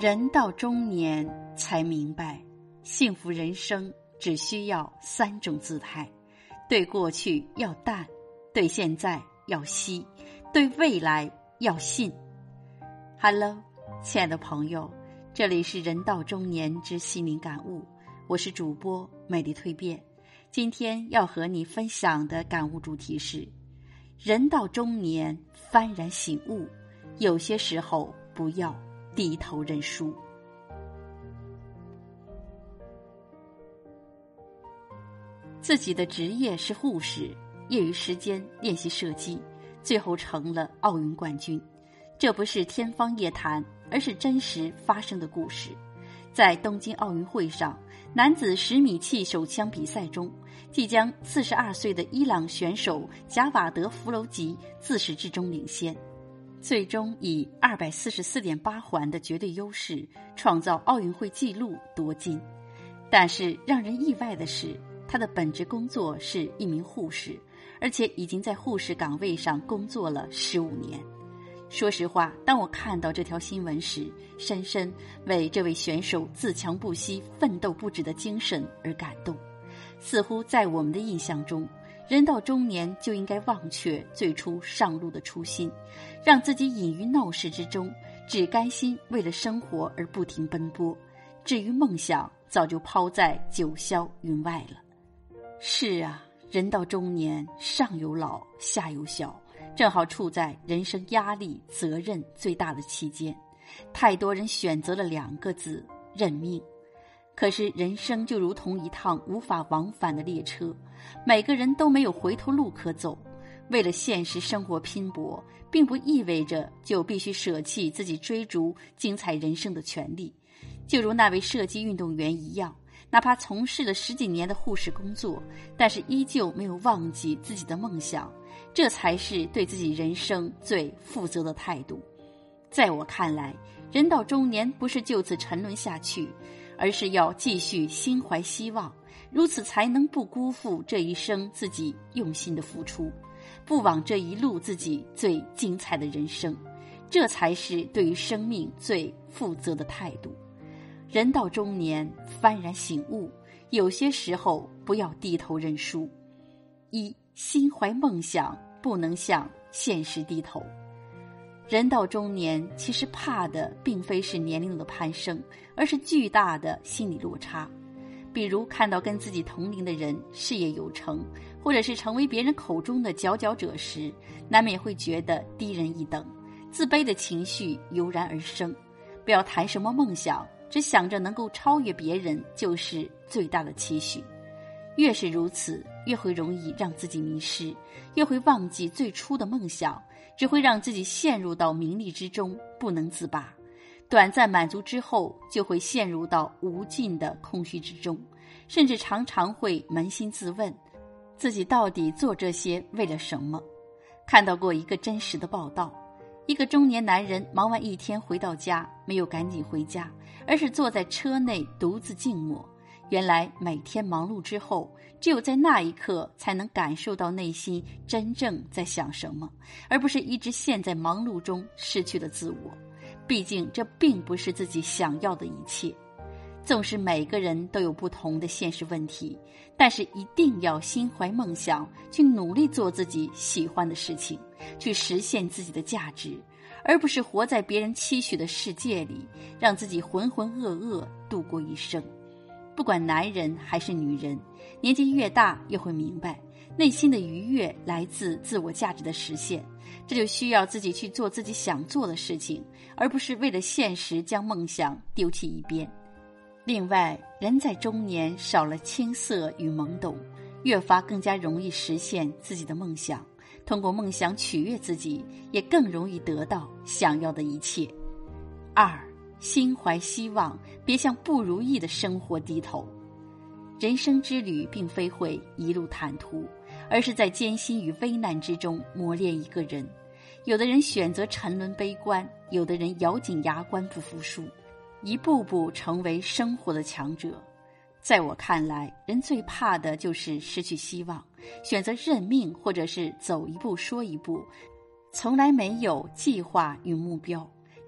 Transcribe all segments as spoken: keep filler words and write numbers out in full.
人到中年才明白，幸福人生只需要三种姿态：对过去要淡，对现在要惜，对未来要信。Hello， 亲爱的朋友，这里是人到中年之心灵感悟，我是主播美丽蜕变。今天要和你分享的感悟主题是：人到中年幡然醒悟，有些时候不要低头认输。自己的职业是护士，业余时间练习射击，最后成了奥运冠军。这不是天方夜谭，而是真实发生的故事。在东京奥运会上，男子十米气手枪比赛中，即将四十二岁的伊朗选手贾瓦德·弗楼吉自始至终领先，最终以 二百四十四点八 环的绝对优势创造奥运会纪录夺金。但是让人意外的是，他的本职工作是一名护士，而且已经在护士岗位上工作了十五年。说实话，当我看到这条新闻时，深深为这位选手自强不息、奋斗不止的精神而感动。似乎在我们的印象中，人到中年就应该忘却最初上路的初心，让自己隐于闹市之中，只甘心为了生活而不停奔波。至于梦想，早就抛在九霄云外了。是啊，人到中年，上有老，下有小，正好处在人生压力、责任最大的期间。太多人选择了两个字：认命。可是人生就如同一趟无法往返的列车，每个人都没有回头路可走。为了现实生活拼搏，并不意味着就必须舍弃自己追逐精彩人生的权利。就如那位射击运动员一样，哪怕从事了十几年的护士工作，但是依旧没有忘记自己的梦想，这才是对自己人生最负责的态度。在我看来，人到中年不是就此沉沦下去，而是要继续心怀希望，如此才能不辜负这一生自己用心的付出，不枉这一路自己最精彩的人生。这才是对于生命最负责的态度。人到中年幡然醒悟，有些时候不要低头认输。一，心怀梦想，不能向现实低头。人到中年，其实怕的并非是年龄的攀升，而是巨大的心理落差。比如看到跟自己同龄的人事业有成，或者是成为别人口中的佼佼者时，难免会觉得低人一等，自卑的情绪油然而生。不要谈什么梦想，只想着能够超越别人就是最大的期许。越是如此，越会容易让自己迷失，越会忘记最初的梦想，只会让自己陷入到名利之中不能自拔。短暂满足之后，就会陷入到无尽的空虚之中，甚至常常会扪心自问，自己到底做这些为了什么？看到过一个真实的报道，一个中年男人忙完一天回到家，没有赶紧回家，而是坐在车内独自静默。原来每天忙碌之后，只有在那一刻才能感受到内心真正在想什么，而不是一直陷在忙碌中失去了自我。毕竟这并不是自己想要的一切。纵使每个人都有不同的现实问题，但是一定要心怀梦想，去努力做自己喜欢的事情，去实现自己的价值，而不是活在别人期许的世界里，让自己浑浑噩噩度过一生。不管男人还是女人，年纪越大越会明白，内心的愉悦来自自我价值的实现，这就需要自己去做自己想做的事情，而不是为了现实将梦想丢弃一边。另外，人在中年少了青涩与懵懂，越发更加容易实现自己的梦想，通过梦想取悦自己，也更容易得到想要的一切。二，心怀希望，别向不如意的生活低头。人生之旅并非会一路坦途，而是在艰辛与危难之中磨练一个人。有的人选择沉沦悲观，有的人咬紧牙关不服输，一步步成为生活的强者。在我看来，人最怕的就是失去希望，选择认命，或者是走一步说一步，从来没有计划与目标，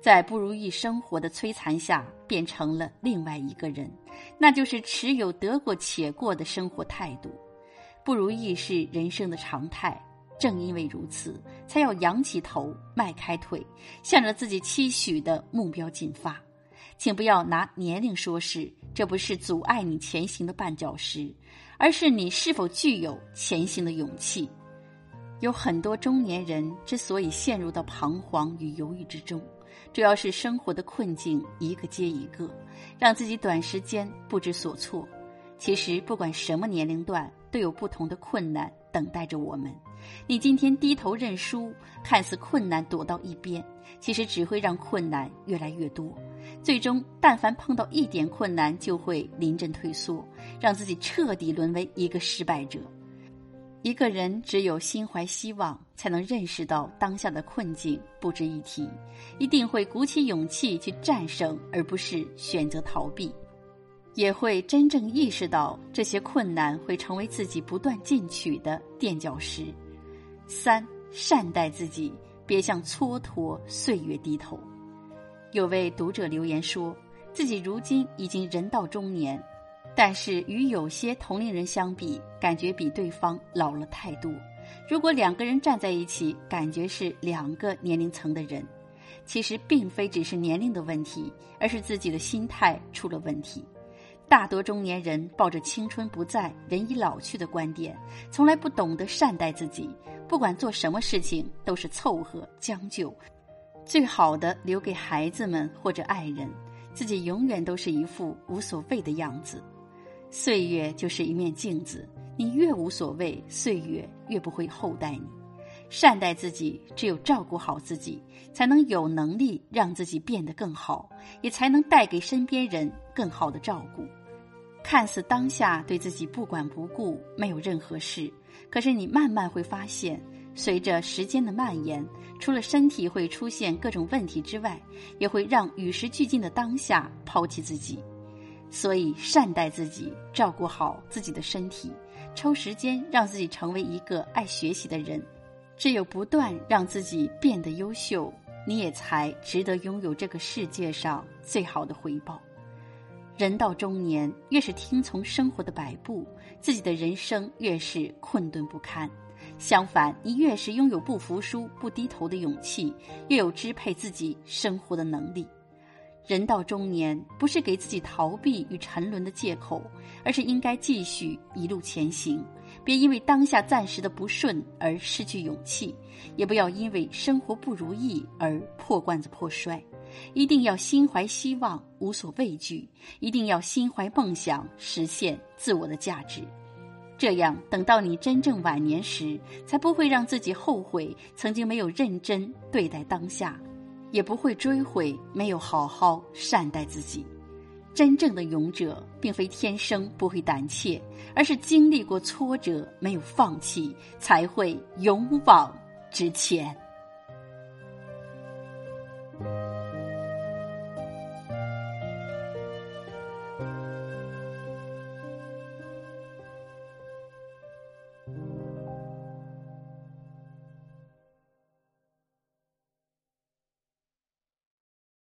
在不如意生活的摧残下，变成了另外一个人，那就是持有得过且过的生活态度。不如意是人生的常态，正因为如此，才要仰起头，迈开腿，向着自己期许的目标进发。请不要拿年龄说事，这不是阻碍你前行的绊脚石，而是你是否具有前行的勇气。有很多中年人之所以陷入到彷徨与犹豫之中，主要是生活的困境一个接一个，让自己短时间不知所措。其实不管什么年龄段，都有不同的困难等待着我们。你今天低头认输，看似困难躲到一边，其实只会让困难越来越多，最终但凡碰到一点困难，就会临阵退缩，让自己彻底沦为一个失败者。一个人只有心怀希望，才能认识到当下的困境不值一提，一定会鼓起勇气去战胜，而不是选择逃避，也会真正意识到这些困难会成为自己不断进取的垫脚石。三，善待自己，别向蹉跎岁月低头。有位读者留言说，自己如今已经人到中年，但是与有些同龄人相比，感觉比对方老了太多。如果两个人站在一起，感觉是两个年龄层的人。其实并非只是年龄的问题，而是自己的心态出了问题。大多中年人抱着青春不在，人已老去的观点，从来不懂得善待自己，不管做什么事情都是凑合将就，最好的留给孩子们或者爱人，自己永远都是一副无所谓的样子。岁月就是一面镜子，你越无所谓，岁月越不会厚待你。善待自己，只有照顾好自己，才能有能力让自己变得更好，也才能带给身边人更好的照顾。看似当下对自己不管不顾，没有任何事，可是你慢慢会发现，随着时间的蔓延，除了身体会出现各种问题之外，也会让与时俱进的当下抛弃自己。所以善待自己，照顾好自己的身体，抽时间让自己成为一个爱学习的人。只有不断让自己变得优秀，你也才值得拥有这个世界上最好的回报。人到中年，越是听从生活的摆布，自己的人生越是困顿不堪。相反，你越是拥有不服输、不低头的勇气，越有支配自己生活的能力。人到中年，不是给自己逃避与沉沦的借口，而是应该继续一路前行。别因为当下暂时的不顺而失去勇气，也不要因为生活不如意而破罐子破摔。一定要心怀希望，无所畏惧；一定要心怀梦想，实现自我的价值。这样，等到你真正晚年时，才不会让自己后悔曾经没有认真对待当下，也不会追悔没有好好善待自己。真正的勇者并非天生不会胆怯，而是经历过挫折，没有放弃，才会勇往直前。